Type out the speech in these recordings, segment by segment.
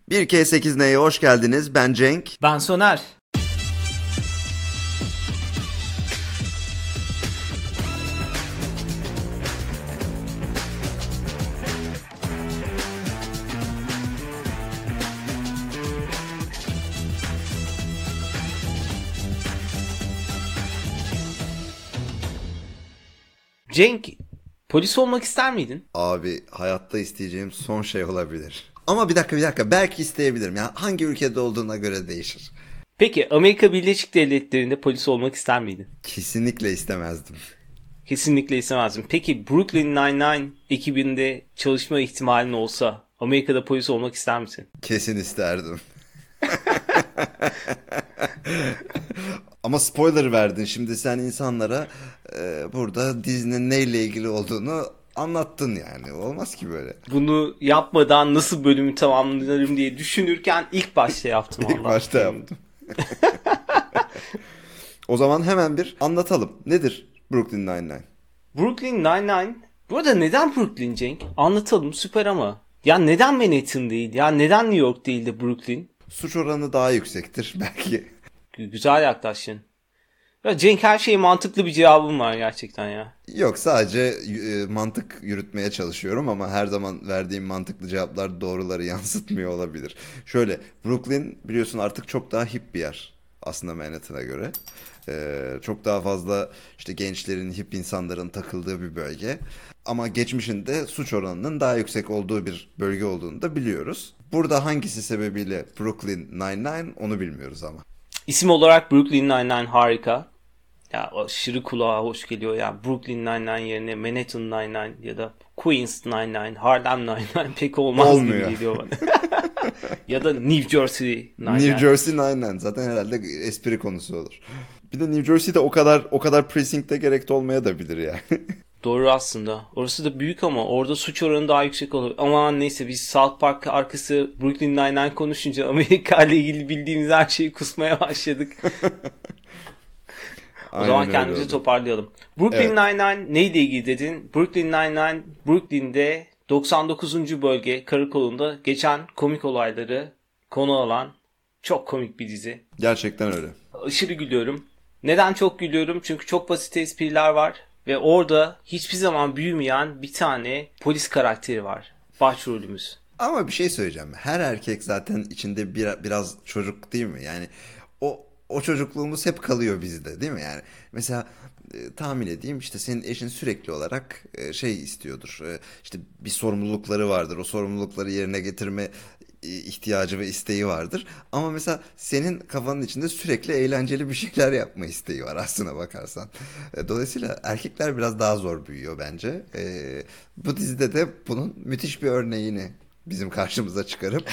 1K8 Ney'e hoş geldiniz. Ben Cenk. Ben Soner. Cenk, polis olmak ister miydin? Abi hayatta isteyeceğim son şey olabilir. Ama bir dakika. Belki isteyebilirim. Ya hangi ülkede olduğuna göre değişir. Peki Amerika Birleşik Devletleri'nde polis olmak ister miydin? Kesinlikle istemezdim. Kesinlikle istemezdim. Peki Brooklyn Nine-Nine ekibinde çalışma ihtimalin olsa Amerika'da polis olmak ister misin? Kesin isterdim. Ama spoiler verdin. Şimdi sen insanlara burada dizinin neyle ilgili olduğunu anlattın yani. Olmaz ki böyle. Bunu yapmadan nasıl bölümü tamamlarım diye düşünürken ilk başta yaptım. İlk başta yaptım. O zaman hemen bir anlatalım. Nedir Brooklyn Nine-Nine? Brooklyn Nine-Nine. Bu arada neden Brooklyn Cenk? Anlatalım, süper ama. Ya neden Manhattan değil? Ya neden New York değil de Brooklyn? Suç oranı daha yüksektir belki. Güzel yaklaştın. Ya Cenk, her şeye mantıklı bir cevabım var gerçekten ya. Yok, sadece mantık yürütmeye çalışıyorum ama her zaman verdiğim mantıklı cevaplar doğruları yansıtmıyor olabilir. Şöyle, Brooklyn biliyorsun artık çok daha hip bir yer aslında Manhattan'a göre. Çok daha fazla işte gençlerin, hip insanların takıldığı bir bölge. Ama geçmişinde suç oranının daha yüksek olduğu bir bölge olduğunu da biliyoruz. Burada hangisi sebebiyle Brooklyn Nine-Nine onu bilmiyoruz ama. İsim olarak Brooklyn Nine-Nine harika. Ya aşırı kulağa hoş geliyor. Ya Brooklyn Nine-Nine yerine Manhattan Nine-Nine ya da Queens Nine-Nine, Harlem Nine-Nine pek olmaz Olmuyor. gibi geliyor bana. Ya da New Jersey Nine-Nine. New Jersey Nine-Nine zaten herhalde espri konusu olur. Bir de New Jersey'de o kadar precinct'te gerekli olmaya da bilir yani. Doğru aslında. Orası da büyük ama orada suç oranı daha yüksek olur. Aman neyse, biz South Park arkası Brooklyn Nine-Nine konuşunca Amerika ile ilgili bildiğimiz her şeyi kusmaya başladık. O zaman kendimizi toparlayalım. Brooklyn Evet. Nine-Nine neyle ilgili dedin? Brooklyn Nine-Nine, Brooklyn'de 99. bölge karakolunda geçen komik olayları konu alan çok komik bir dizi. Gerçekten öyle. Aşırı gülüyorum. Neden çok gülüyorum? Çünkü çok basit espriler var. Ve orada hiçbir zaman büyümeyen bir tane polis karakteri var. Başrolümüz. Ama bir şey söyleyeceğim. Her erkek zaten içinde biraz çocuk değil mi? Yani o çocukluğumuz hep kalıyor bizde değil mi? Yani mesela tahmin edeyim, işte senin eşin sürekli olarak şey istiyordur. İşte bir sorumlulukları vardır. O sorumlulukları yerine getirme ihtiyacı ve isteği vardır. Ama mesela senin kafanın içinde sürekli eğlenceli bir şeyler yapma isteği var aslına bakarsan. Dolayısıyla erkekler biraz daha zor büyüyor bence. Bu dizide de bunun müthiş bir örneğini bizim karşımıza çıkarıp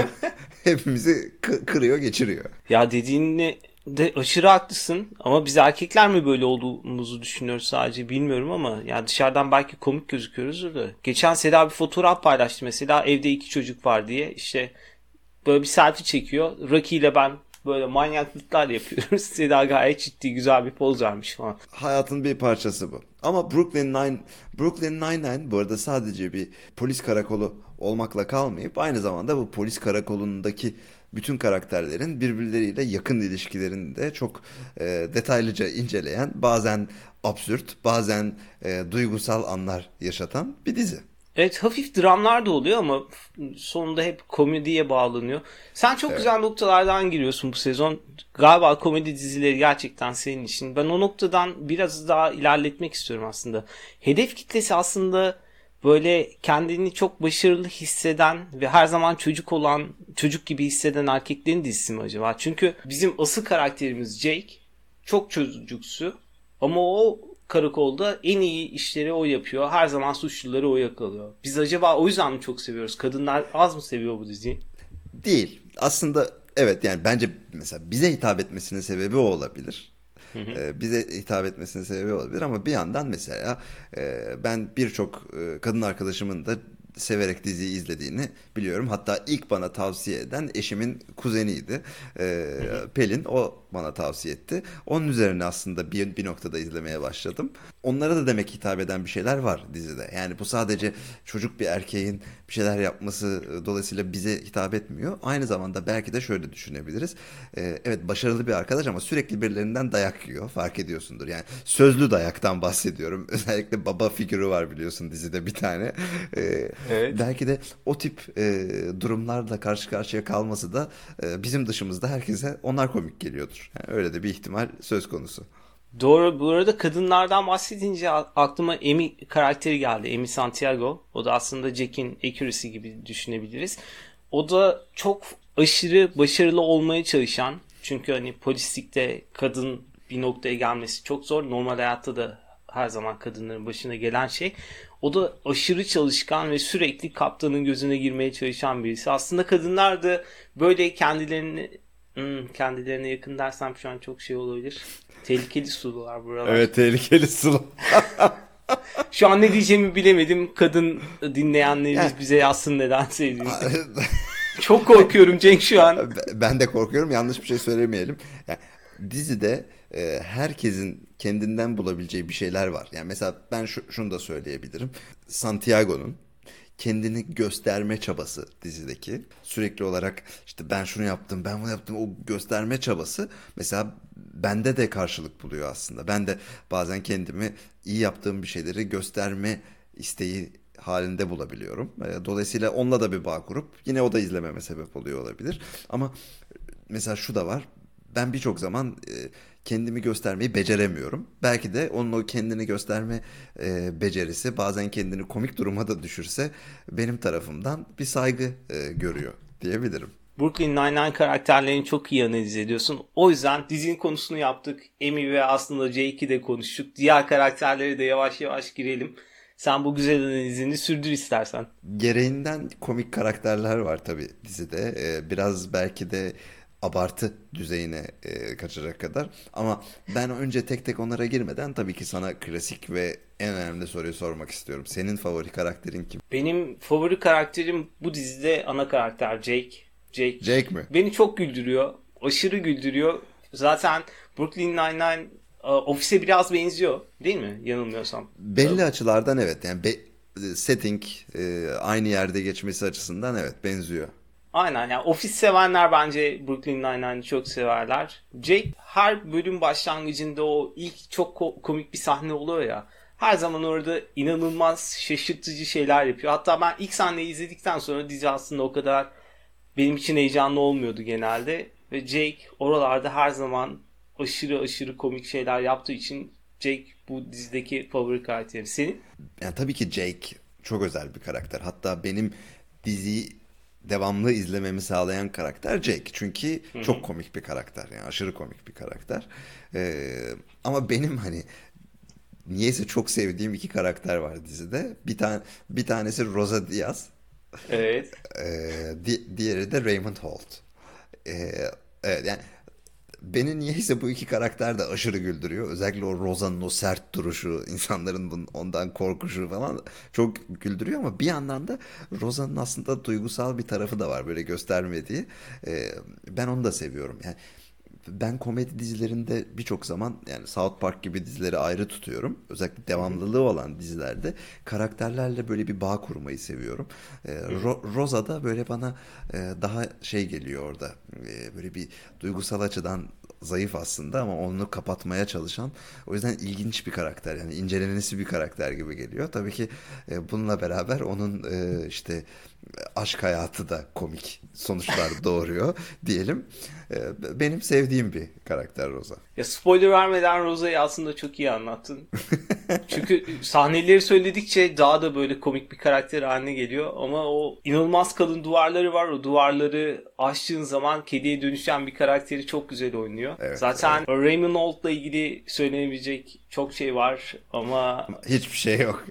hepimizi kırıyor geçiriyor. Ya dediğinle de aşırı haklısın ama biz erkekler mi böyle olduğumuzu düşünüyoruz sadece, bilmiyorum ama ya dışarıdan belki komik gözüküyoruz da. Geçen Seda bir fotoğraf paylaştı mesela, evde 2 çocuk var diye, işte böyle bir selfie çekiyor. Rocky ile ben böyle manyaklıklar yapıyoruz. Seda gayet ciddi, güzel bir poz vermiş falan. Hayatın bir parçası bu. Ama Brooklyn Nine-Nine bu arada sadece bir polis karakolu olmakla kalmayıp aynı zamanda bu polis karakolundaki bütün karakterlerin birbirleriyle yakın ilişkilerini de çok detaylıca inceleyen, bazen absürt, bazen duygusal anlar yaşatan bir dizi. Evet, hafif dramlar da oluyor ama sonunda hep komediye bağlanıyor. Sen çok Evet. güzel noktalardan giriyorsun bu sezon. Galiba komedi dizileri gerçekten senin için. Ben o noktadan biraz daha ilerletmek istiyorum aslında. Hedef kitlesi aslında böyle kendini çok başarılı hisseden ve her zaman çocuk gibi hisseden erkeklerin dizisi mi acaba? Çünkü bizim asıl karakterimiz Jake çok çocuksu ama o karakolda en iyi işleri o yapıyor. Her zaman suçluları o yakalıyor. Biz acaba o yüzden mi çok seviyoruz? Kadınlar az mı seviyor bu diziyi? Değil. Aslında evet, yani bence mesela bize hitap etmesinin sebebi o olabilir. Bize hitap etmesinin sebebi olabilir ama bir yandan mesela ben birçok kadın arkadaşımın da severek diziyi izlediğini biliyorum. Hatta ilk bana tavsiye eden eşimin kuzeniydi. Pelin, o bana tavsiye etti. Onun üzerine aslında bir noktada izlemeye başladım. onlara da demek hitap eden bir şeyler var dizide. Yani bu sadece çocuk bir erkeğin bir şeyler yapması dolayısıyla bize hitap etmiyor. Aynı zamanda belki de şöyle düşünebiliriz. Evet, başarılı bir arkadaş ama sürekli birilerinden dayak yiyor. Fark ediyorsundur. Yani sözlü dayaktan bahsediyorum. Özellikle baba figürü var biliyorsun dizide bir tane. Evet. Belki de o tip durumlarla karşı karşıya kalması da bizim dışımızda herkese onlar komik geliyordur. Yani öyle de bir ihtimal söz konusu. Doğru. Bu arada kadınlardan bahsedince aklıma Amy karakteri geldi. Amy Santiago. O da aslında Jack'in accuracy gibi düşünebiliriz. O da çok aşırı başarılı olmaya çalışan. Çünkü hani polislikte kadın bir noktaya gelmesi çok zor. Normal hayatta da her zaman kadınların başına gelen şey. O da aşırı çalışkan ve sürekli kaptanın gözüne girmeye çalışan birisi. Aslında kadınlar da böyle kendilerine yakın dersem şu an çok şey olabilir. Tehlikeli sular buralar. Evet, tehlikeli Sıla. Şu an ne diyeceğimi bilemedim. Kadın dinleyenlerimiz Yani, bize yazsın neden sevdiğinizi. Çok korkuyorum Cenk şu an. ben de korkuyorum, yanlış bir şey söylemeyelim. Yani, dizide herkesin kendinden bulabileceği bir şeyler var. Yani mesela ben şunu da söyleyebilirim. Santiago'nun kendini gösterme çabası dizideki, sürekli olarak işte ben şunu yaptım, ben bunu yaptım, o gösterme çabası mesela bende de karşılık buluyor aslında. Ben de bazen kendimi iyi yaptığım bir şeyleri gösterme isteği halinde bulabiliyorum. Dolayısıyla onunla da bir bağ kurup yine o da izlememe sebep oluyor olabilir. Ama mesela şu da var. Ben birçok zaman kendimi göstermeyi beceremiyorum. Belki de onun o kendini gösterme becerisi bazen kendini komik duruma da düşürse benim tarafımdan bir saygı görüyor diyebilirim. Brooklyn Nine-Nine karakterlerini çok iyi analiz ediyorsun. O yüzden dizinin konusunu yaptık. Amy ve aslında Jake'i de konuştuk. Diğer karakterlere de yavaş yavaş girelim. Sen bu güzel analizini sürdür istersen. Gereğinden komik karakterler var tabii dizide. Biraz belki de abartı düzeyine kaçacak kadar. Ama ben önce tek tek onlara girmeden tabii ki sana klasik ve en önemli soruyu sormak istiyorum. Senin favori karakterin kim? Benim favori karakterim bu dizide ana karakter Jake. Jake Jake mi? beni çok güldürüyor. Aşırı güldürüyor. Zaten Brooklyn Nine-Nine ofise biraz benziyor, değil mi? Yanılmıyorsam. Belli açılardan evet. Yani setting aynı yerde geçmesi açısından evet benziyor. Aynen, yani ofis sevenler bence Brooklyn Nine-Nine'ı çok severler. Jake her bölüm başlangıcında o ilk çok komik bir sahne oluyor ya. Her zaman orada inanılmaz şaşırtıcı şeyler yapıyor. Hatta ben ilk sahneyi izledikten sonra dizi aslında o kadar benim için heyecanlı olmuyordu genelde. Ve Jake oralarda her zaman aşırı aşırı komik şeyler yaptığı için Jake bu dizideki favori karakterim. Senin? Yani tabii ki Jake çok özel bir karakter. Hatta benim diziyi devamlı izlememi sağlayan karakter Jake. Çünkü çok komik bir karakter. Yani aşırı komik bir karakter. Ee, Ama benim hani niyeyse çok sevdiğim iki karakter var dizide. Bir tanesi Rosa Diaz. Evet. Diğeri de Raymond Holt. Ee, evet yani beni niyeyse bu iki karakter de aşırı güldürüyor. Özellikle o Rosa'nın o sert duruşu, insanların ondan korkuşu falan çok güldürüyor ama bir yandan da Rosa'nın aslında duygusal bir tarafı da var böyle göstermediği. Ben onu da seviyorum. Yani ben komedi dizilerinde birçok zaman yani South Park gibi dizileri ayrı tutuyorum. Özellikle devamlılığı olan dizilerde karakterlerle böyle bir bağ kurmayı seviyorum. Rosa da böyle bana daha şey geliyor orada. Böyle bir duygusal açıdan zayıf aslında ama onu kapatmaya çalışan. O yüzden ilginç bir karakter yani incelenesi bir karakter gibi geliyor. Tabii ki bununla beraber onun işte aşk hayatı da komik sonuçlar doğuruyor diyelim. Benim sevdiğim bir karakter Rosa. Ya spoiler vermeden Rosa'yı aslında çok iyi anlattın. Çünkü sahneleri söyledikçe daha da böyle komik bir karakter haline geliyor. Ama o inanılmaz kalın duvarları var. O duvarları aştığın zaman kediye dönüşen bir karakteri çok güzel oynuyor. Evet, Zaten evet. Raymond Holt'la ilgili söylenebilecek çok şey var ama Hiçbir şey yok.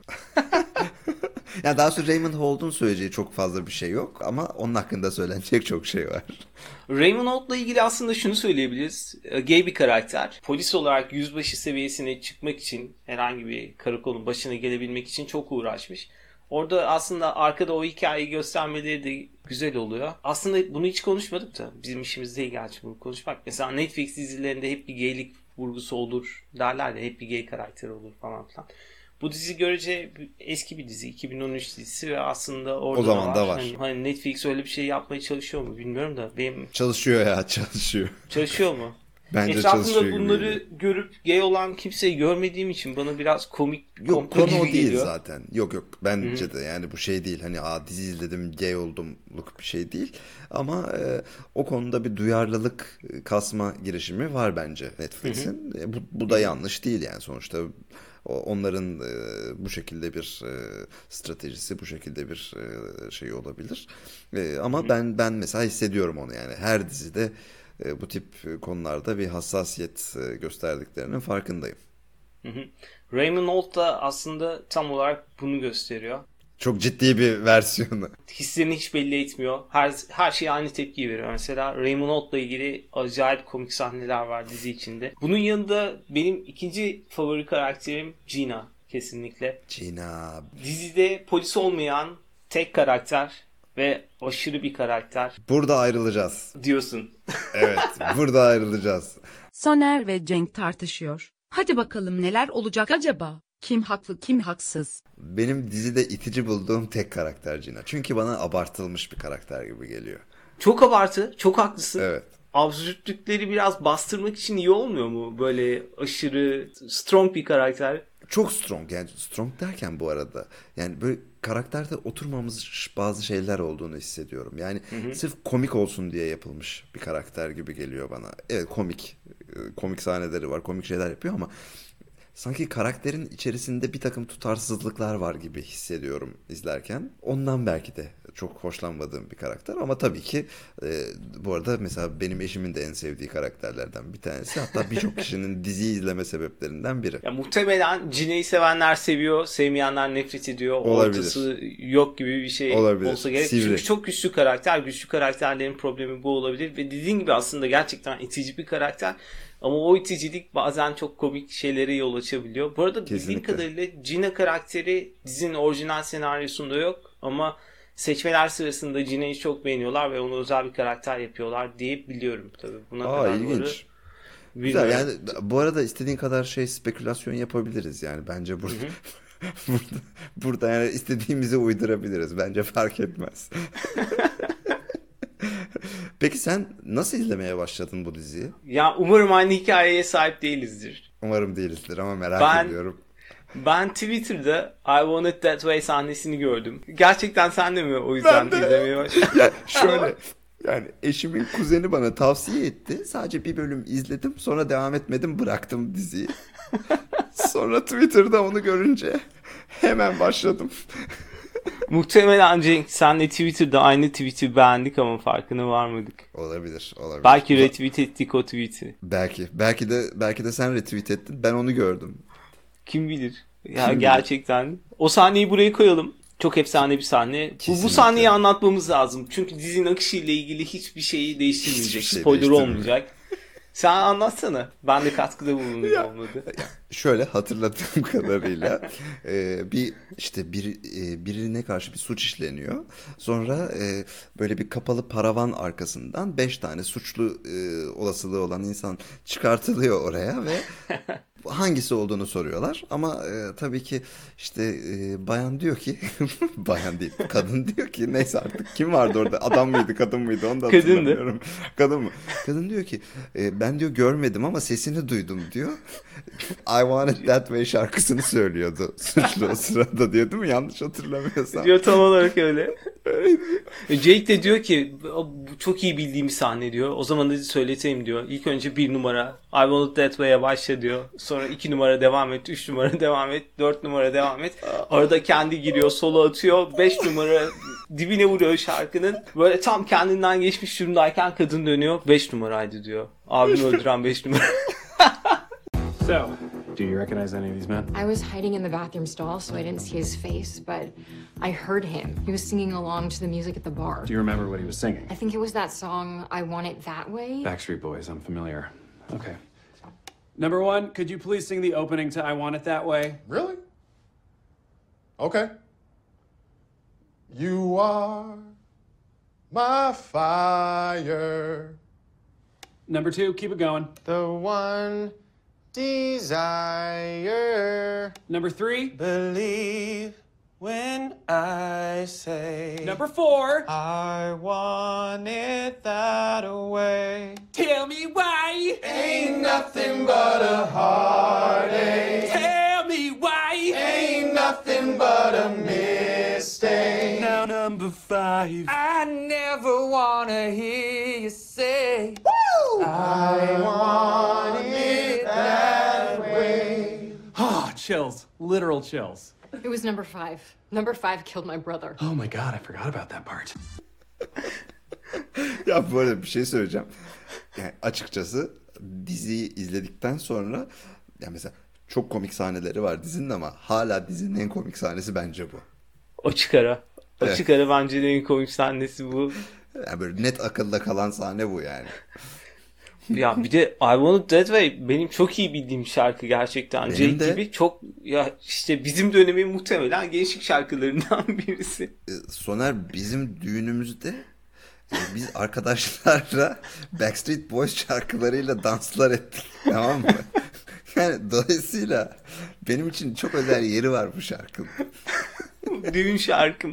Yani daha sonra Raymond Holt'un söyleyeceği çok fazla bir şey yok ama onun hakkında söylenecek çok şey var. Raymond Holt'la ilgili aslında şunu söyleyebiliriz. Gay bir karakter. Polis olarak yüzbaşı seviyesine çıkmak için herhangi bir karakolun başına gelebilmek için çok uğraşmış. Orada aslında arkada o hikayeyi göstermeleri de güzel oluyor. Aslında bunu hiç konuşmadık da bizim işimiz değil gerçi bunu konuşmak. Mesela Netflix dizilerinde hep bir gaylik vurgusu olur derler ya, hep bir gay karakter olur falan filan. Bu dizi görece eski bir dizi. 2013 dizisi ve aslında orada O zaman da da var. var. Hani Netflix öyle bir şey yapmaya çalışıyor mu bilmiyorum da benim Çalışıyor ya, çalışıyor. çalışıyor mu? Bence Etrafımda çalışıyor gibi bunları geliyor. görüp gay olan kimseyi görmediğim için bana biraz komik, Yok, komplo konu o gibi değil geliyor. zaten. Yok yok, bence Hı-hı. de yani bu şey değil. Hani dizi izledim gay oldumluk bir şey değil. Ama o konuda bir duyarlılık kasma girişimi var bence Hı-hı. Netflix'in. Bu da Hı-hı. yanlış değil yani sonuçta. Onların bu şekilde bir stratejisi, bu şekilde bir şey olabilir. Ama Hı-hı. ben mesela hissediyorum onu yani. Her dizide bu tip konularda bir hassasiyet gösterdiklerinin farkındayım. Hı-hı. Raymond Holt da aslında tam olarak bunu gösteriyor. Çok ciddi bir versiyonu. Hislerini hiç belli etmiyor. Her şeye aynı tepkiyi veriyor. Mesela Raymond Hold'la ilgili acayip komik sahneler var dizi içinde. Bunun yanında benim ikinci favori karakterim Gina kesinlikle. Cina. Dizide polis olmayan tek karakter ve aşırı bir karakter Burada ayrılacağız. diyorsun. Evet, burada ayrılacağız. Soner ve Cenk tartışıyor. Hadi bakalım neler olacak acaba? Kim haklı kim haksız? Benim dizide itici bulduğum tek karakter Cina. Çünkü bana abartılmış bir karakter gibi geliyor. Çok abartı, çok haklısın. Evet. Absürtlükleri biraz bastırmak için iyi olmuyor mu? Böyle aşırı strong bir karakter. Çok strong, yani strong derken bu arada yani böyle karakterde oturmamış bazı şeyler olduğunu hissediyorum. Yani Hı hı. sırf komik olsun diye yapılmış bir karakter gibi geliyor bana. Evet, komik sahneleri var, komik şeyler yapıyor ama sanki karakterin içerisinde bir takım tutarsızlıklar var gibi hissediyorum izlerken. Ondan belki de çok hoşlanmadığım bir karakter ama tabii ki bu arada mesela benim eşimin de en sevdiği karakterlerden bir tanesi. Hatta birçok kişinin diziyi izleme sebeplerinden biri. Ya muhtemelen Gina'yı sevenler seviyor, sevmeyenler nefret ediyor. Olabilir. Ortası yok gibi bir şey Olabilir. olsa gerek. Çünkü Sivri. çok güçlü karakter. Güçlü karakterlerin problemi bu olabilir. Ve dediğin gibi aslında gerçekten itici bir karakter. Ama o iticilik bazen çok komik şeylere yol açabiliyor. Bu arada bildiğim Kesinlikle. kadarıyla Gina karakteri dizinin orijinal senaryosunda yok. Ama seçmeler sırasında Gina'yı çok beğeniyorlar ve onu özel bir karakter yapıyorlar diye biliyorum tabii. Buna kadar doğru İlginç. Güzel, bilmiyorum. yani bu arada istediğin kadar spekülasyon yapabiliriz yani bence Hı burada hı. burada yani istediğimizi uydurabiliriz, bence fark etmez. Peki sen nasıl izlemeye başladın bu diziyi? Ya umarım aynı hikayeye sahip değilizdir. Umarım değilizdir ama merak Ben ediyorum. ben Twitter'da I Want It That Way sahnesini gördüm. Gerçekten sen de mi o yüzden Ben de. izlemeye başladın? Ya şöyle, yani eşimin kuzeni bana tavsiye etti. Sadece bir bölüm izledim, sonra devam etmedim, bıraktım diziyi. Sonra Twitter'da onu görünce hemen başladım. Muhtemelen Cenk senle Twitter'da aynı tweet'i beğendik ama farkına varmadık. Olabilir, olabilir. Belki retweet ettik o tweet'i. Belki de sen retweet ettin. Ben onu gördüm. Kim bilir? Ya Kim bilir? gerçekten. O sahneyi buraya koyalım. Çok efsane bir sahne. Bu Kesinlikle. sahneyi anlatmamız lazım. Çünkü dizinin akışıyla ilgili hiçbir şeyi değiştirmeyecek. Hiçbir şey Spoiler değiştirmiyor. olmayacak. Sen anlatsana. Ben de katkıda bulunayım olmadı. Şöyle hatırladığım kadarıyla birine karşı bir suç işleniyor. Sonra böyle bir kapalı paravan arkasından 5 tane suçlu olasılığı olan insan çıkartılıyor oraya ve hangisi olduğunu soruyorlar. Ama tabii ki bayan diyor ki bayan değil, kadın diyor ki, neyse artık kim vardı orada, adam mıydı kadın mıydı onu da Kadındı. hatırlamıyorum. Kadın mı? Kadın diyor ki ben diyor görmedim ama sesini duydum diyor. I Want It That Way şarkısını söylüyordu suçlu o sırada diyor, değil mi? Yanlış hatırlamıyorsam. Diyor tam olarak öyle. Jake de diyor ki bu çok iyi bildiğim bir sahne diyor. O zaman da söyleteyim diyor. İlk önce 1 numara I Want It That Way'e başla diyor. Sonra 2 numara devam et. 3 numara devam et. 4 numara devam et. Arada kendi giriyor. Solo atıyor. 5 numara dibine vuruyor şarkının. Böyle tam kendinden geçmiş durumdayken kadın dönüyor. 5 numaraydı diyor. Abimi öldüren 5 numara. So, do you recognize any of these men? I was hiding in the bathroom stall, so I didn't see his face, but I heard him. He was singing along to the music at the bar. Do you remember what he was singing? I think it was that song, I Want It That Way. Backstreet Boys, I'm familiar. Okay. Number one, could you please sing the opening to I Want It That Way? Really? Okay. You are my fire, Number two, keep it going. the one desire. Number 3. Believe when I say. Number 4. I want it that way. Tell me why. Ain't nothing but a heartache. Tell me why. Ain't nothing but a mistake. Now number 5. I never wanna hear you say, I want it that way. Ah, chills. Literal chills. It was number 5. Number 5 killed my brother. Oh my god, I forgot about that part. Ya böyle bir şey söyleyeceğim. Yani açıkçası diziyi izledikten sonra ya mesela çok komik sahneleri var dizinin ama hala dizinin en komik sahnesi bence bu. Açık ara. Evet. Açık ara bence de en komik sahnesi bu. Yani böyle net akılda kalan sahne bu yani. Ya bir de I Want It That Way benim çok iyi bildiğim şarkı gerçekten. Benim Jake de. gibi çok ya işte bizim dönemin muhtemelen gençlik şarkılarından birisi. Soner bizim düğünümüzde biz arkadaşlarla Backstreet Boys şarkılarıyla danslar ettik. Tamam mı? Yani dolayısıyla benim için çok özel yeri var bu şarkının. Düğün şarkım.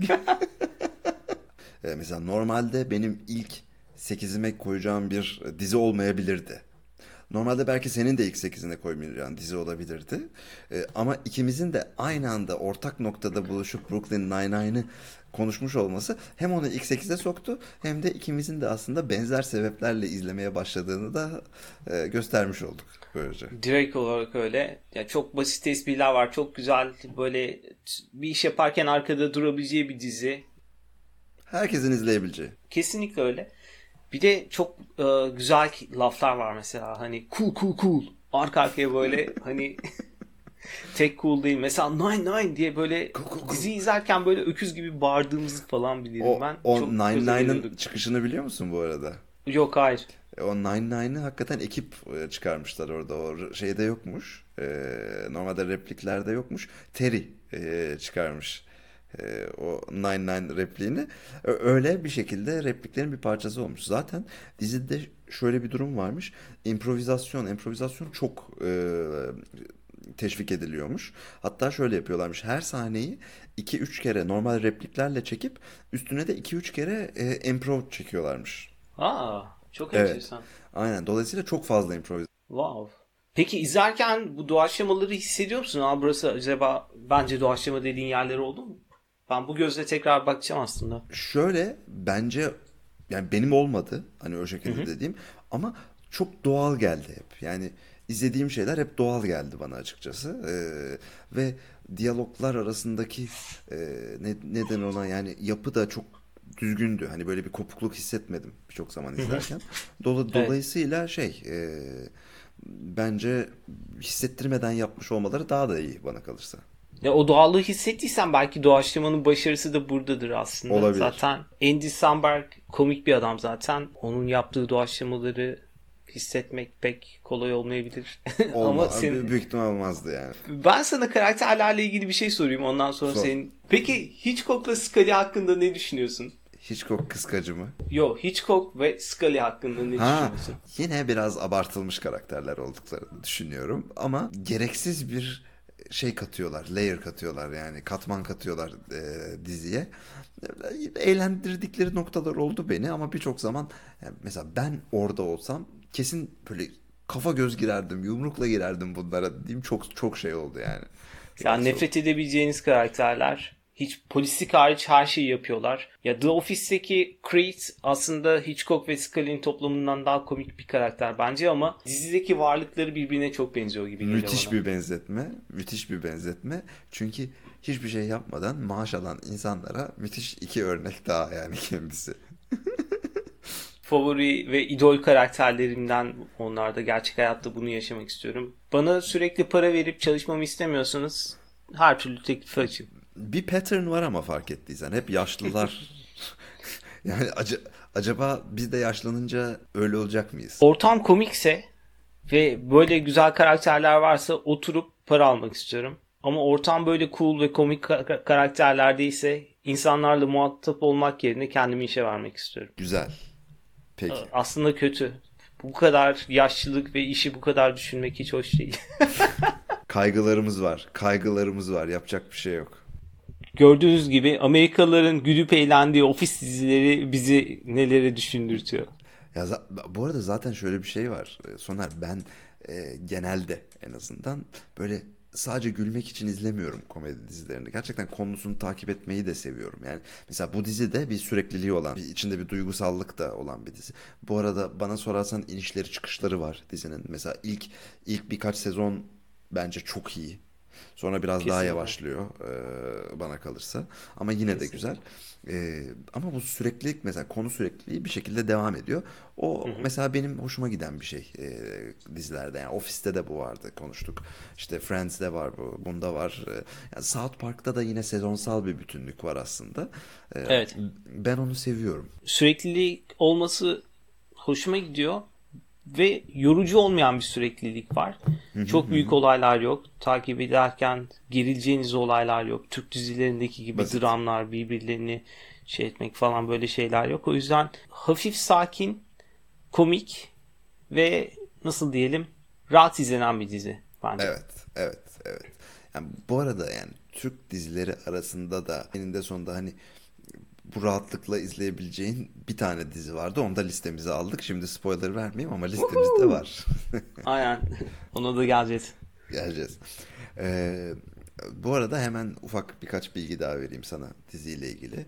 Mesela normalde benim ilk 8'ime koyacağım bir dizi olmayabilirdi. Normalde belki senin de ilk 8'ine koymayacağın dizi olabilirdi. Ama ikimizin de aynı anda ortak noktada buluşup Brooklyn Nine-Nine'ı konuşmuş olması hem onu ilk 8'e soktu hem de ikimizin de aslında benzer sebeplerle izlemeye başladığını da göstermiş olduk böylece. Direkt olarak öyle. Ya çok basit espriler var. Çok güzel böyle bir iş yaparken arkada durabileceği bir dizi. Herkesin izleyebileceği. Kesinlikle öyle. Bir de çok güzel laflar var mesela. Hani cool. Arka arkaya böyle hani tek cool değil. Mesela Nine diye böyle Cool. dizi izlerken böyle öküz gibi bağırdığımızı falan bilirim ben. O Çok Nine özel Nine'ın ediyorduk. çıkışını biliyor musun bu arada? Yok hayır. O Nine-Nine'ı hakikaten ekip çıkarmışlar orada. O şeyde yokmuş. Normalde repliklerde yokmuş. Terry çıkarmış o Nine-Nine repliğini. Öyle bir şekilde repliklerin bir parçası olmuş. Zaten dizide şöyle bir durum varmış. İmprovizasyon çok teşvik ediliyormuş. Hatta şöyle yapıyorlarmış. Her sahneyi 2-3 kere normal repliklerle çekip üstüne de 2-3 kere improv çekiyorlarmış. Aa, çok Evet. enteresan. Aynen. Dolayısıyla çok fazla improvizasyon. Wow. Peki izlerken bu doğaçlamaları hissediyor musun? Aa, burası acaba bence doğaçlama dediğin yerler oldu mu? Ben bu gözle tekrar bakacağım aslında. Şöyle bence yani benim olmadı hani o şekilde dediğim ama çok doğal geldi hep. Yani izlediğim şeyler hep doğal geldi bana açıkçası. Ve diyaloglar arasındaki neden ona yani yapı da çok düzgündü. Hani böyle bir kopukluk hissetmedim birçok zaman izlerken. Dolayısıyla bence hissettirmeden yapmış olmaları daha da iyi bana kalırsa. Ya o doğallığı hissettiysen belki doğaçlamanın başarısı da buradadır aslında. Olabilir. Zaten Andy Samberg komik bir adam zaten. Onun yaptığı doğaçlamaları hissetmek pek kolay olmayabilir. Ama Büyük ihtimal olmazdı yani. ben sana karakterlerle ilgili bir şey sorayım ondan sonra Sor. senin. Peki Hitchcock'la Scully hakkında ne düşünüyorsun? Hitchcock kıskacı mı? Yo, Hitchcock ve Scully hakkında ne düşünüyorsun? Yine biraz abartılmış karakterler olduklarını düşünüyorum ama gereksiz bir şey katıyorlar, layer katıyorlar yani katman katıyorlar diziye. Eğlendirdikleri noktalar oldu beni ama birçok zaman yani mesela ben orada olsam kesin böyle kafa göz girerdim, yumrukla girerdim bunlara diyeyim çok şey oldu yani. Yani nefret edebileceğiniz karakterler. Hiç polislik hariç her şeyi yapıyorlar. Ya The Office'teki Creed aslında Hitchcock ve Scully'nin toplamından daha komik bir karakter bence ama dizideki varlıkları birbirine çok benziyor gibi geliyor Müthiş bana. bir benzetme. Müthiş bir benzetme. Çünkü hiçbir şey yapmadan maaş alan insanlara müthiş iki örnek daha yani kendisi. Favori ve idol karakterlerimden onlarda gerçek hayatta bunu yaşamak istiyorum. Bana sürekli para verip çalışmamı istemiyorsanız her türlü teklifi açın. Bir pattern var ama fark ettiysen. Hep yaşlılar. Yani acaba biz de yaşlanınca öyle olacak mıyız? Ortam komikse ve böyle güzel karakterler varsa oturup para almak istiyorum. Ama ortam böyle cool ve komik karakterler değilse insanlarla muhatap olmak yerine kendimi işe vermek istiyorum. Güzel. Peki. Aslında kötü. bu kadar yaşlılık ve işi bu kadar düşünmek hiç hoş değil. Kaygılarımız var. Kaygılarımız var. Yapacak bir şey yok. Gördüğünüz gibi Amerikalıların gülüp eğlendiği ofis dizileri bizi nelere düşündürtüyor. Ya bu arada zaten şöyle bir şey var. Soner, ben genelde en azından böyle sadece gülmek için izlemiyorum komedi dizilerini. Gerçekten konusunu takip etmeyi de seviyorum. Yani mesela bu dizide bir sürekliliği olan, içinde bir duygusallık da olan bir dizi. Bu arada bana sorarsan inişleri çıkışları var dizinin. Mesela ilk birkaç sezon bence çok iyi. Sonra biraz daha Kesinlikle. yavaşlıyor bana kalırsa. Ama yine de Kesinlikle. güzel. Ama bu süreklilik, mesela konu sürekliliği bir şekilde devam ediyor. O mesela benim hoşuma giden bir şey dizilerde. Yani Office'te de bu vardı, konuştuk. İşte Friends'de var bu, bunda var. Yani South Park'ta da yine sezonsal bir bütünlük var aslında. Evet. Ben onu seviyorum. Süreklilik olması hoşuma gidiyor ve yorucu olmayan bir süreklilik var. Çok büyük olaylar yok. Takip ederken gerileceğiniz olaylar yok. Türk dizilerindeki gibi Basit. dramlar, birbirlerini şey etmek falan, böyle şeyler yok. O yüzden hafif sakin, komik ve nasıl diyelim, rahat izlenen bir dizi bence. Evet. Yani bu arada yani Türk dizileri arasında da eninde sonunda hani bu rahatlıkla izleyebileceğin bir tane dizi vardı. Onu da listemize aldık. Şimdi spoiler vermeyeyim ama listemizde var. Aynen. Ona da geleceğiz. Geleceğiz. Bu arada hemen ufak birkaç bilgi daha vereyim sana diziyle ilgili.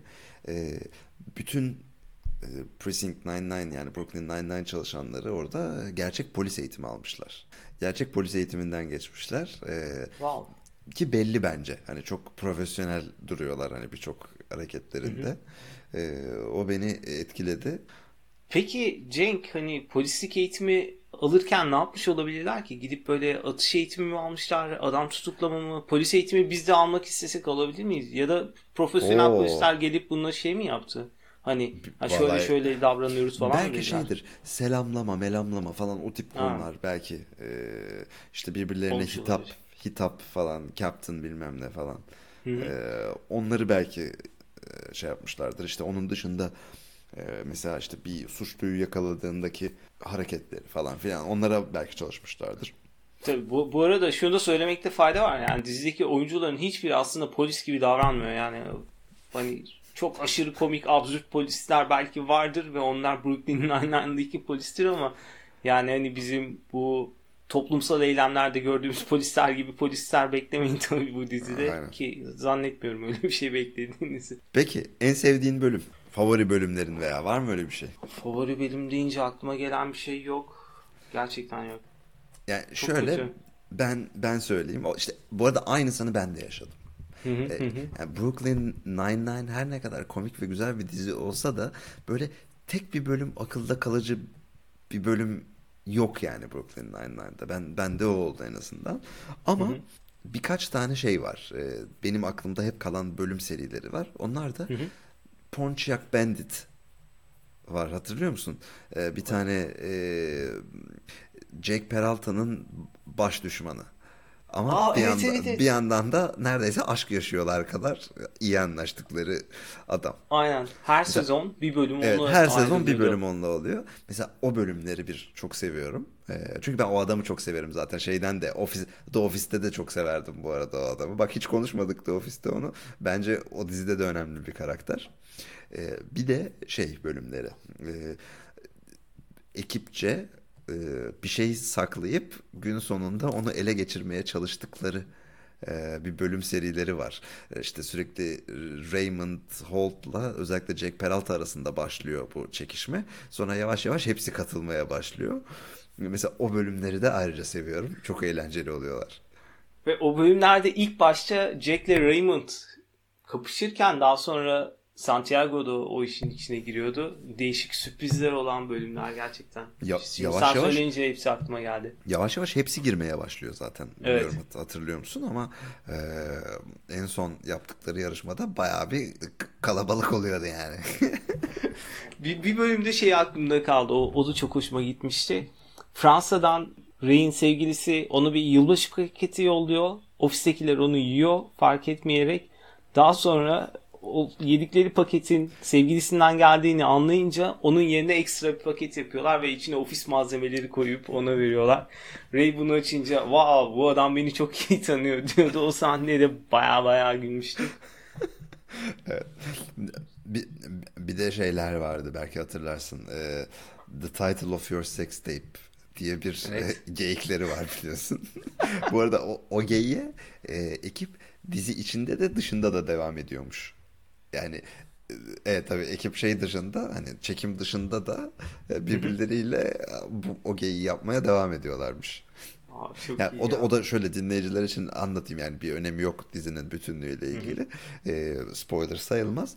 Bütün Precinct 99, yani Brooklyn Nine-Nine çalışanları orada gerçek polis eğitimi almışlar. Gerçek polis eğitiminden geçmişler. Wow. Ki belli bence. Hani çok profesyonel duruyorlar hani birçok hareketlerinde. O beni etkiledi. Peki Cenk, hani polislik eğitimi alırken ne yapmış olabilirler ki? Gidip böyle atış eğitimi mi almışlar, adam tutuklama mı? Polis eğitimi biz de almak istesek alabilir miyiz? Ya da profesyonel Oo. polisler gelip bununla şey mi yaptı? Hani şöyle Vallahi şöyle davranıyoruz falan mı belki dediler? şeydir, selamlama melamlama falan, o tip Ha. konular belki, işte birbirlerine Olmuş olabilir. hitap falan, captain bilmem ne falan. Onları belki şey yapmışlardır. İşte onun dışında mesela işte bir suçluyu yakaladığındaki hareketleri falan filan, onlara belki çalışmışlardır. Tabii bu arada şunu da söylemekte fayda var. Yani dizideki oyuncuların hiçbiri aslında polis gibi davranmıyor. Yani hani çok aşırı komik, absürt polisler belki vardır ve onlar Brooklyn Nine-Nine'daki polistir ama yani hani bizim bu toplumsal eylemlerde gördüğümüz polisler gibi polisler beklemeyin tabii bu dizide. Aynen. Ki zannetmiyorum öyle bir şey beklediğinizi. Peki en sevdiğin bölüm, favori bölümlerin veya var mı öyle bir şey? Favori bölüm deyince aklıma gelen bir şey yok. Gerçekten yok. Yani Çok şöyle, kötü. ben söyleyeyim. İşte bu arada aynısını ben de yaşadım. Yani Brooklyn Nine-Nine her ne kadar komik ve güzel bir dizi olsa da böyle tek bir bölüm, akılda kalıcı bir bölüm yok yani Brooklyn Nine-Nine'da. Bende o oldu en azından. Ama birkaç tane şey var. Benim aklımda hep kalan bölüm serileri var. Onlar da Pontiac Bandit var, hatırlıyor musun? Bir tane Jake Peralta'nın baş düşmanı. Ama Aa, evet, evet, evet. bir yandan da neredeyse aşk yaşıyorlar kadar iyi anlaştıkları adam. Aynen. Her sezon bir bölüm Evet, onunla her sezon bir ayrılıyordu. bölüm onunla oluyor. Mesela o bölümleri çok seviyorum. Çünkü ben o adamı çok severim zaten. Şeyden de The Office'te de çok severdim bu arada o adamı. Bak, hiç konuşmadık The Office'te onu. Bence o dizide de önemli bir karakter. Bir de bölümleri. Ekipçe bir şey saklayıp gün sonunda onu ele geçirmeye çalıştıkları bir bölüm serileri var. İşte sürekli Raymond Holt'la özellikle Jack Peralta arasında başlıyor bu çekişme. Sonra yavaş yavaş hepsi katılmaya başlıyor. Mesela o bölümleri de ayrıca seviyorum. Çok eğlenceli oluyorlar. Ve o bölümlerde ilk başta Jack'le Raymond kapışırken daha sonra Santiago da o işin içine giriyordu. Değişik sürprizler olan bölümler gerçekten. Şimdi Yavaş sen yavaş söyleyince hepsi aklıma geldi. Yavaş yavaş hepsi girmeye başlıyor zaten. Evet. Bilmiyorum hatırlıyor musun ama en son yaptıkları yarışmada bayağı bir kalabalık oluyordu yani. Bir bölümde şey aklımda kaldı. O da çok hoşuma gitmişti. Fransa'dan Ray'in sevgilisi onu bir yılbaşı paketi yolluyor. Ofistekiler onu yiyor fark etmeyerek. Daha sonra o yedikleri paketin sevgilisinden geldiğini anlayınca onun yerine ekstra bir paket yapıyorlar ve içine ofis malzemeleri koyup ona veriyorlar. Ray bunu açınca wow, bu adam beni çok iyi tanıyor diyordu. O sahnede baya gülmüştüm. Evet. Bir de şeyler vardı, belki hatırlarsın. The Title of Your Sex Tape diye bir geyikleri var, biliyorsun. Bu arada o geyiğe ekip dizi içinde de dışında da devam ediyormuş. Yani evet, tabii ekip şey dışında, hani çekim dışında da birbirleriyle o geyiği yapmaya devam ediyorlarmış. Aa, çok Yani iyi o da şöyle, dinleyiciler için anlatayım, yani bir önemi yok dizinin bütünlüğüyle ilgili. Spoiler sayılmaz.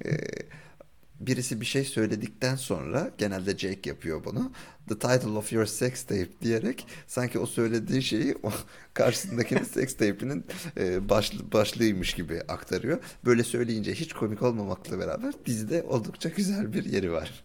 Birisi bir şey söyledikten sonra, genelde Jake yapıyor bunu, The title of your sex tape diyerek sanki o söylediği şeyi o karşısındakinin sex tape'inin başlığıymış gibi aktarıyor. Böyle söyleyince hiç komik olmamakla beraber dizide oldukça güzel bir yeri var.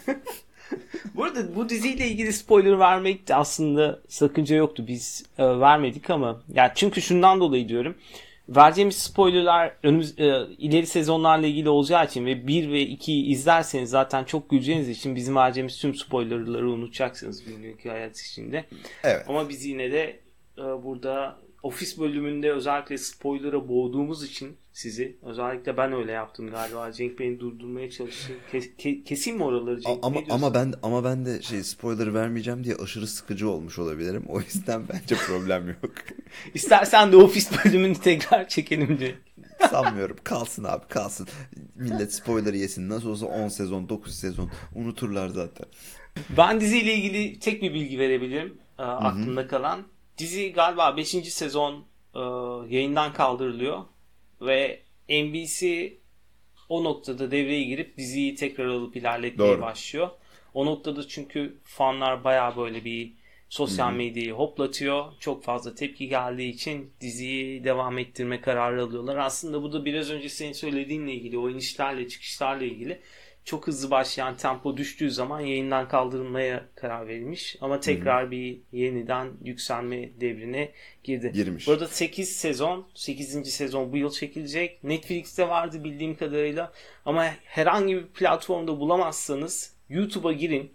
Bu arada bu diziyle ilgili spoiler vermek de aslında sakınca yoktu. Biz vermedik ama yani çünkü şundan dolayı diyorum. Vereceğimiz spoilerlar ileri sezonlarla ilgili olacağı için ve 1 ve 2'yi izlerseniz zaten çok güleceğiniz için bizim vereceğimiz tüm spoilerları unutacaksınız günlük hayat içinde. Evet. Ama biz yine de burada ofis bölümünde özellikle spoiler'a boğduğumuz için sizi, özellikle ben öyle yaptım galiba. Cenk beni durdurmaya çalıştı. Keseyim mi oraları Cenk? Ama ben de spoiler vermeyeceğim diye aşırı sıkıcı olmuş olabilirim. O yüzden bence problem yok. İstersen de ofis bölümünü tekrar çekelim Cenk. Sanmıyorum. Kalsın abi, kalsın. Millet spoiler yesin. Nasıl olsa 10 sezon, 9 sezon unuturlar zaten. Ben diziyle ilgili tek bir bilgi verebilirim. Aklımda kalan. Dizi galiba 5. sezon yayından kaldırılıyor. Ve NBC o noktada devreye girip diziyi tekrar alıp ilerletmeye başlıyor. O noktada çünkü fanlar bayağı böyle bir sosyal medyayı hoplatıyor. Çok fazla tepki geldiği için diziyi devam ettirme kararı alıyorlar. Aslında bu da biraz önce senin söylediğinle ilgili, o inişlerle çıkışlarla ilgili. Çok hızlı başlayan tempo düştüğü zaman yayından kaldırılmaya karar verilmiş. Ama tekrar bir yeniden yükselme devrine girmiş. Burada 8 sezon, 8. sezon bu yıl çekilecek. Netflix'te vardı bildiğim kadarıyla. Ama herhangi bir platformda bulamazsanız YouTube'a girin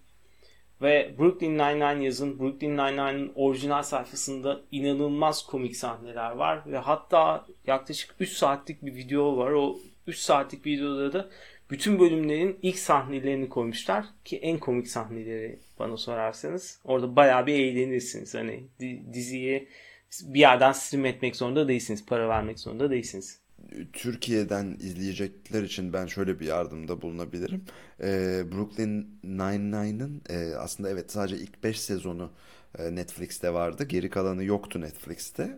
ve Brooklyn Nine-Nine yazın. Brooklyn Nine-Nine'ın orijinal sayfasında inanılmaz komik sahneler var. Ve hatta yaklaşık 3 saatlik bir video var. O 3 saatlik videoda da bütün bölümlerin ilk sahnelerini koymuşlar ki en komik sahneleri bana sorarsanız. Orada bayağı bir eğlenirsiniz. Hani diziyi bir yerden stream etmek zorunda değilsiniz. Para vermek zorunda değilsiniz. Türkiye'den izleyecekler için ben şöyle bir yardımda bulunabilirim. Brooklyn Nine-Nine'ın aslında evet sadece ilk 5 sezonu Netflix'te vardı. Geri kalanı yoktu Netflix'te.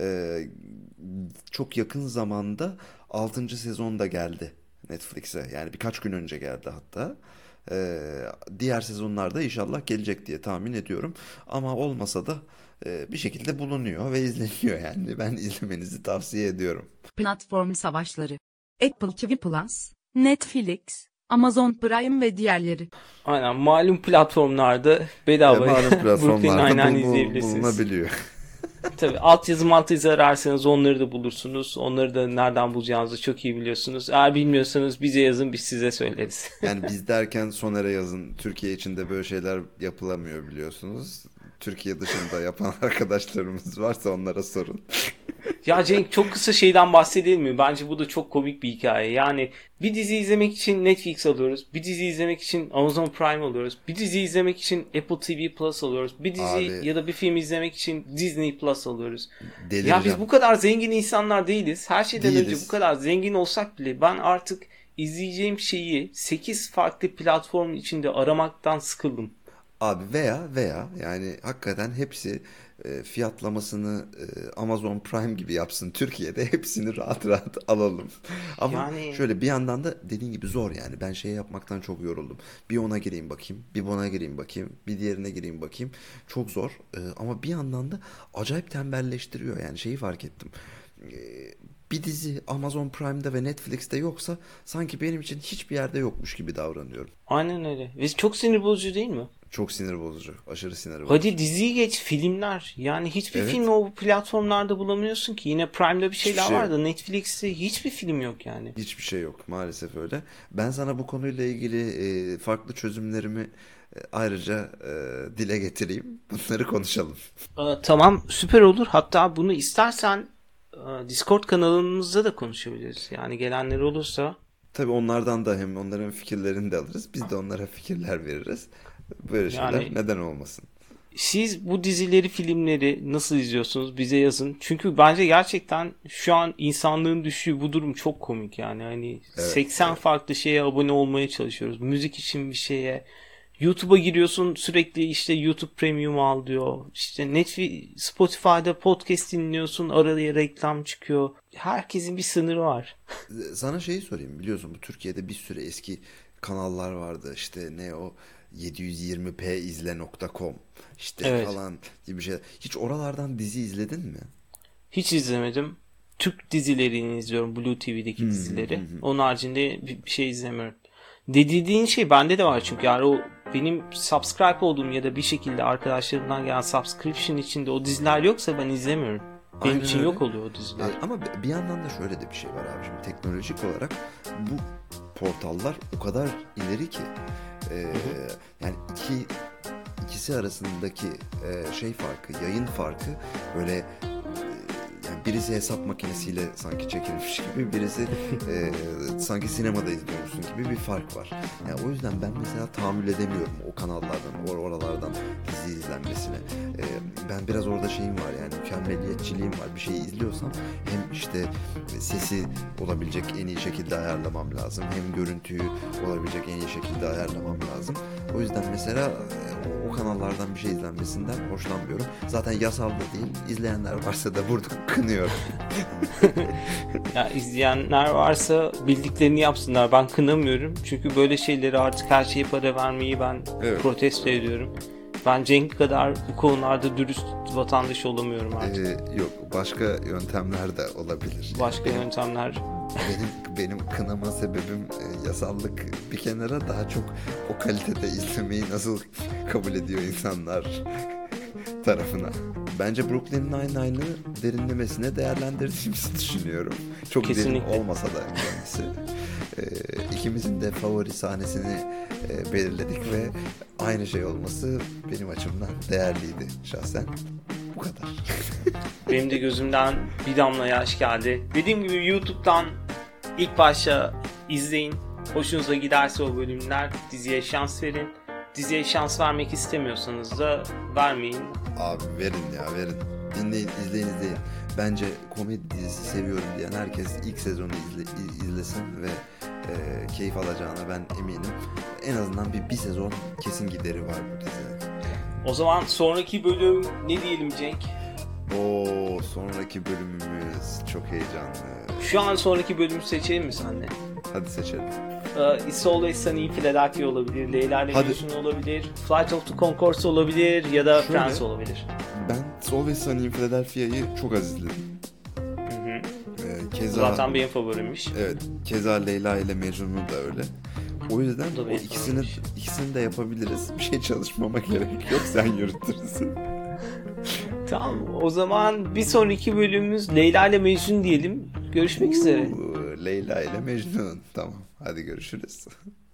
Çok yakın zamanda 6. sezon da geldi Netflix'e. Yani birkaç gün önce geldi hatta. Diğer sezonlarda inşallah gelecek diye tahmin ediyorum. Ama olmasa da bir şekilde bulunuyor ve izleniyor yani. Ben izlemenizi tavsiye ediyorum. Platform savaşları. Apple TV Plus, Netflix, Amazon Prime ve diğerleri. Aynen, malum platformlarda bedava Malum Brooklyn Nine-Nine platformlarda izleyebilirsiniz. bulunabiliyor. Tabii altyazı ararsanız onları da bulursunuz. Onları da nereden bulacağınızı çok iyi biliyorsunuz. Eğer bilmiyorsanız bize yazın, biz size söyleriz. Yani biz derken Soner'e yazın. Türkiye içinde böyle şeyler yapılamıyor biliyorsunuz. Türkiye dışında yapan arkadaşlarımız varsa onlara sorun. Ya Cenk, çok kısa şeyden bahsedelim mi? Bence bu da çok komik bir hikaye. Yani bir dizi izlemek için Netflix alıyoruz. Bir dizi izlemek için Amazon Prime alıyoruz. Bir dizi izlemek için Apple TV Plus alıyoruz. Bir dizi ya da bir film izlemek için Disney Plus alıyoruz. Delireceğim. Ya biz bu kadar zengin insanlar değiliz. Her şeyden Değiliz. önce bu kadar zengin olsak bile ben artık izleyeceğim şeyi 8 farklı platform içinde aramaktan sıkıldım. Abi veya yani hakikaten hepsi fiyatlamasını Amazon Prime gibi yapsın Türkiye'de, hepsini rahat rahat alalım. Ama Yani- şöyle bir yandan da dediğin gibi zor yani. Ben şey yapmaktan çok yoruldum. Bir ona gireyim bakayım, bir buna gireyim bakayım, bir diğerine gireyim bakayım. Çok zor. Ama bir yandan da acayip tembelleştiriyor yani, şeyi fark ettim. Bir dizi Amazon Prime'da ve Netflix'te yoksa sanki benim için hiçbir yerde yokmuş gibi davranıyorum. Aynen öyle. Ve çok sinir bozucu değil mi? Çok sinir bozucu. Aşırı sinir bozucu. Hadi diziyi geç, filmler. Yani hiçbir Evet. filmi o platformlarda bulamıyorsun ki. Yine Prime'da bir şeyler Hiçbir şey var da Netflix'te hiçbir film yok yani. Hiçbir şey yok. Maalesef öyle. Ben sana bu konuyla ilgili farklı çözümlerimi ayrıca dile getireyim. Bunları konuşalım. Tamam, süper olur. Hatta bunu istersen Discord kanalımızda da konuşabiliriz. Yani gelenler olursa. Tabii onlardan da hem onların fikirlerini de alırız. Biz de onlara fikirler veririz. Böyle şeyler Yani- neden olmasın? Siz bu dizileri, filmleri nasıl izliyorsunuz? Bize yazın. Çünkü bence gerçekten şu an insanlığın düştüğü bu durum çok komik yani. Hani 80 farklı şeye abone olmaya çalışıyoruz. Müzik için bir şeye. YouTube'a giriyorsun, sürekli işte YouTube Premium al diyor. İşte Netflix, Spotify'da podcast dinliyorsun, araya reklam çıkıyor. Herkesin bir sınırı var. Sana şeyi sorayım. Biliyorsun bu Türkiye'de bir sürü eski kanallar vardı. İşte ne o 720pizle.com işte Evet. falan gibi şeyler. Hiç oralardan dizi izledin mi? Hiç izlemedim. Türk dizilerini izliyorum. Blue TV'deki dizileri. Onun haricinde bir şey izlemiyorum. Dediğin şey bende de var çünkü yani o benim subscribe olduğum ya da bir şekilde arkadaşlarımdan gelen subscription içinde o diziler yoksa ben izlemiyorum. Benim Aynen için öyle. yok oluyor o diziler. Ama bir yandan da şöyle de bir şey var abi. Şimdi teknolojik olarak bu portallar o kadar ileri ki yani ikisi arasındaki şey farkı, yayın farkı böyle yani birisi hesap makinesiyle sanki çekilmiş gibi, birisi sanki sinemada izliyormuşsun gibi bir fark var. Yani o yüzden ben mesela tahammül edemiyorum o kanallardan, oralardan dizi izlenmesine. Ben biraz orada şeyim var yani mükemmeliyetçiliğim var. Bir şeyi izliyorsam hem işte sesi olabilecek en iyi şekilde ayarlamam lazım. Hem görüntüyü olabilecek en iyi şekilde ayarlamam lazım. O yüzden mesela o kanallardan bir şey izlenmesinden hoşlanmıyorum. Zaten yasal da değil. İzleyenler varsa da burada kınıyorum. Ya izleyenler varsa bildiklerini yapsınlar. Ben kınamıyorum. Çünkü böyle şeyleri artık her şeye para vermeyi ben Evet. protesto ediyorum. Ben Cenk kadar bu konularda dürüst vatandaş olamıyorum artık. Yok başka yöntemler de olabilir. Başka yöntemler. Benim kınama sebebim yasallık bir kenara, daha çok o kalitede izlemeyi nasıl kabul ediyor insanlar tarafına. Bence Brooklyn Nine-Nine'ı derinlemesine değerlendirdiğimizi düşünüyorum. Çok Kesinlikle. derin olmasa da kendisi. İkimizin de favori sahnesini belirledik ve aynı şey olması benim açımdan değerliydi şahsen. Bu kadar. Benim de gözümden bir damla yaş geldi. Dediğim gibi YouTube'dan ilk başta izleyin. Hoşunuza giderse o bölümler, diziye şans verin. Diziye şans vermek istemiyorsanız da vermeyin. Abi verin ya, verin. Dinleyin, izleyin. Bence komedi dizisi seviyorum diyen herkes ilk sezonu izlesin ve keyif alacağına ben eminim. En azından bir sezon kesin gideri var bu dizide. O zaman sonraki bölüm ne diyelim Cenk? Sonraki bölümümüz çok heyecanlı. Şu an sonraki bölümü seçelim mi senle? Hadi seçelim. It's Always Sunny in Philadelphia olabilir, Leyla ile Hadi. Mecnun olabilir, Flight of the Conchords olabilir ya da Şöyle. Friends olabilir. Ben Always Sunny in Philadelphia'yı çok az izledim. Keza, Zaten benim favorimmiş. evet, keza Leyla ile Mecnun'u da öyle. O yüzden Bu da o benim ikisini de yapabiliriz. Bir şey çalışmama gerek yok, sen yürütürsün. Tamam, o zaman bir sonraki bölümümüz Leyla ile Mecnun diyelim. Görüşmek üzere. Leyla ile Mecnun. Tamam. Hadi görüşürüz.